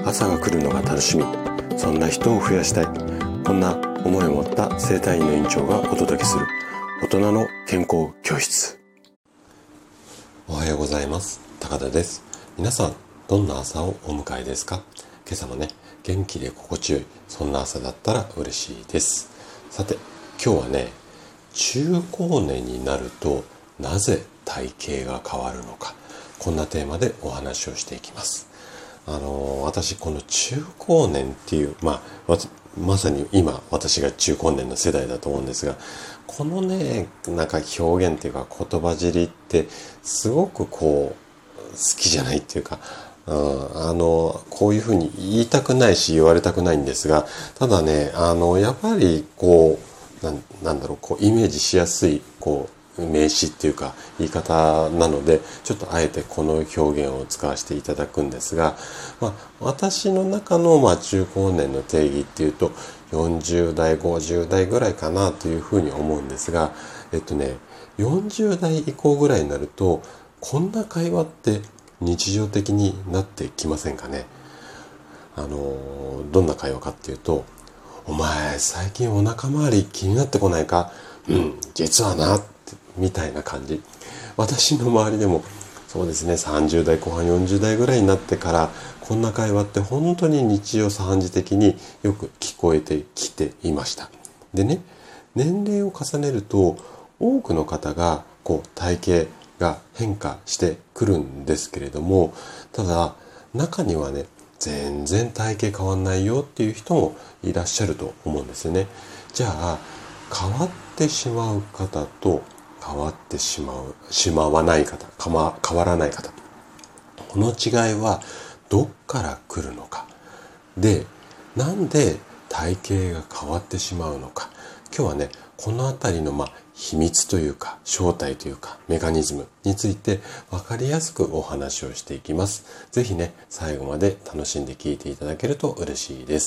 朝が来るのが楽しみ、そんな人を増やしたい、こんな思いを持った整体院の院長がお届けする大人の健康教室。おはようございます。高田です。皆さんどんな朝をお迎えですか？今朝もね、元気で心地よい、そんな朝だったら嬉しいです。さて、今日はね、中高年になるとなぜ体型が変わるのか、こんなテーマでお話をしていきます。私この中高年っていう、まさに今私が中高年の世代だと思うんですが、このね、なんか表現っていうか言葉尻ってすごく好きじゃないっていうか、こういうふうに言いたくないし言われたくないんですが、ただね、やっぱりイメージしやすい名詞っていうか言い方なので、ちょっとあえてこの表現を使わせていただくんですが、私の中の中高年の定義っていうと40代50代ぐらいかなというふうに思うんですが、40代以降ぐらいになるとこんな会話って日常的になってきませんかね。どんな会話かっていうと、お前最近お腹周り気になってこないか？実はなみたいな感じ。私の周りでもそうですね、30代後半40代ぐらいになってからこんな会話って本当に日常茶飯事的によく聞こえてきていました。でね、年齢を重ねると多くの方が体型が変化してくるんですけれども、ただ中にはね、全然体型変わんないよっていう人もいらっしゃると思うんですよね。じゃあ変わってしまう方と変わってしまわない方、変わらない方、この違いはどっから来るのかで、なんで体型が変わってしまうのか、今日はね、このあたりの秘密というか正体というかメカニズムについて分かりやすくお話をしていきます。ぜひね、最後まで楽しんで聞いていただけると嬉しいです。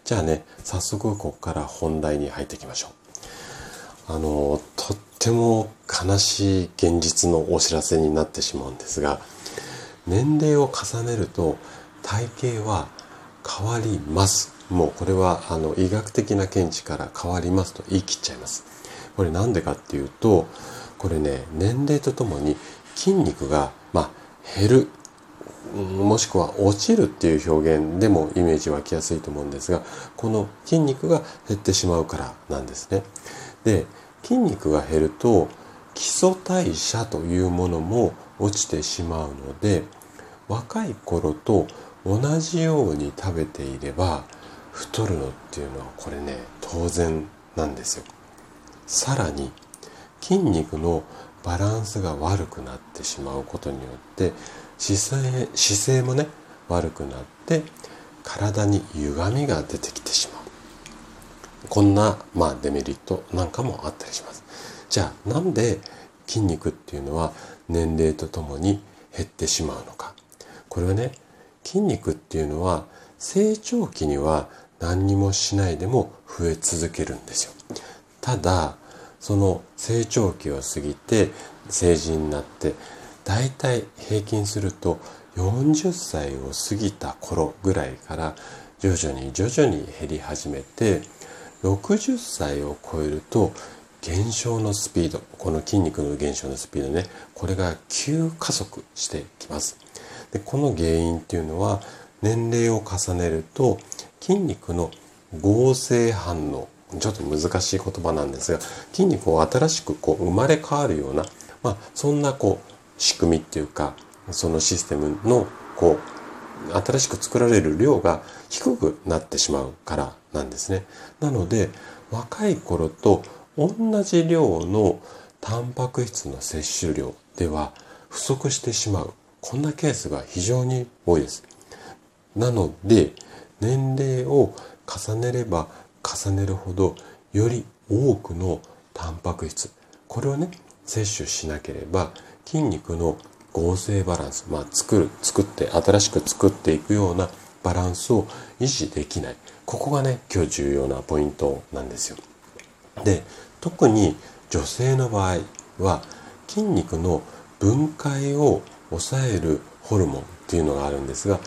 じゃあね、早速ここから本題に入っていきましょう。とっても悲しい現実のお知らせになってしまうんですが、年齢を重ねると体型は変わります。もうこれは医学的な見地から変わりますと言い切っちゃいます。これなんでかっていうと、これね、年齢とともに筋肉が減る、もしくは落ちるっていう表現でもイメージ湧きやすいと思うんですが、この筋肉が減ってしまうからなんですね。で、筋肉が減ると基礎代謝というものも落ちてしまうので、若い頃と同じように食べていれば太るのっていうのはこれね、当然なんですよ。さらに筋肉のバランスが悪くなってしまうことによって姿勢もね、悪くなって体に歪みが出てきてしまう。こんなデメリットなんかもあったりします。じゃあなんで筋肉っていうのは年齢とともに減ってしまうのか。これはね、筋肉っていうのは成長期には何にもしないでも増え続けるんですよ。ただその成長期を過ぎて成人になって、だいたい平均すると40歳を過ぎた頃ぐらいから徐々に減り始めて、60歳を超えると減少のスピード、この筋肉の減少のスピードね、これが急加速してきます。で、この原因っていうのは年齢を重ねると筋肉の合成反応、ちょっと難しい言葉なんですが、筋肉を新しく生まれ変わるような、そんな仕組みっていうか、そのシステムの新しく作られる量が低くなってしまうからなんですね。なので若い頃と同じ量のタンパク質の摂取量では不足してしまう、こんなケースが非常に多いです。なので年齢を重ねれば重ねるほどより多くのタンパク質、これをね摂取しなければ筋肉の合成バランス、作って新しく作っていくようなバランスを維持できない。ここがね、今日重要なポイントなんですよ。で、特に女性の場合は筋肉の分解を抑えるホルモンっていうのがあるんですが、こ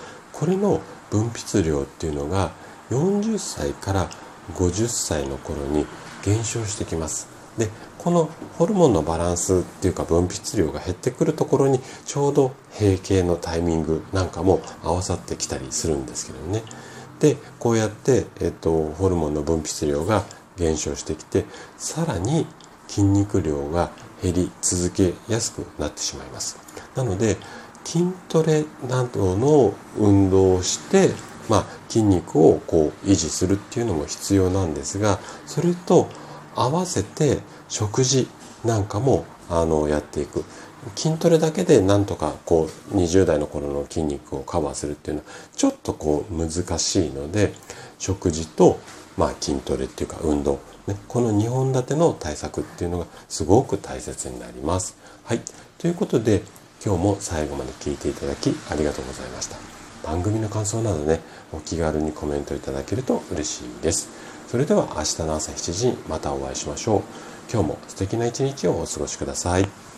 これの分泌量っていうのが40歳から50歳の頃に減少してきます。で、このホルモンのバランスっていうか分泌量が減ってくるところにちょうど閉経のタイミングなんかも合わさってきたりするんですけどね。で、こうやって、ホルモンの分泌量が減少してきて、さらに筋肉量が減り続けやすくなってしまいます。なので、筋トレなどの運動をして、筋肉を維持するっていうのも必要なんですが、それと合わせて食事なんかもやっていく。筋トレだけでなんとか20代の頃の筋肉をカバーするっていうのはちょっと難しいので、食事と筋トレっていうか運動、ね、この2本立ての対策っていうのがすごく大切になります。はい、ということで今日も最後まで聞いていただきありがとうございました。番組の感想などね、お気軽にコメントいただけると嬉しいです。それでは明日の朝7時にまたお会いしましょう。今日も素敵な一日をお過ごしください。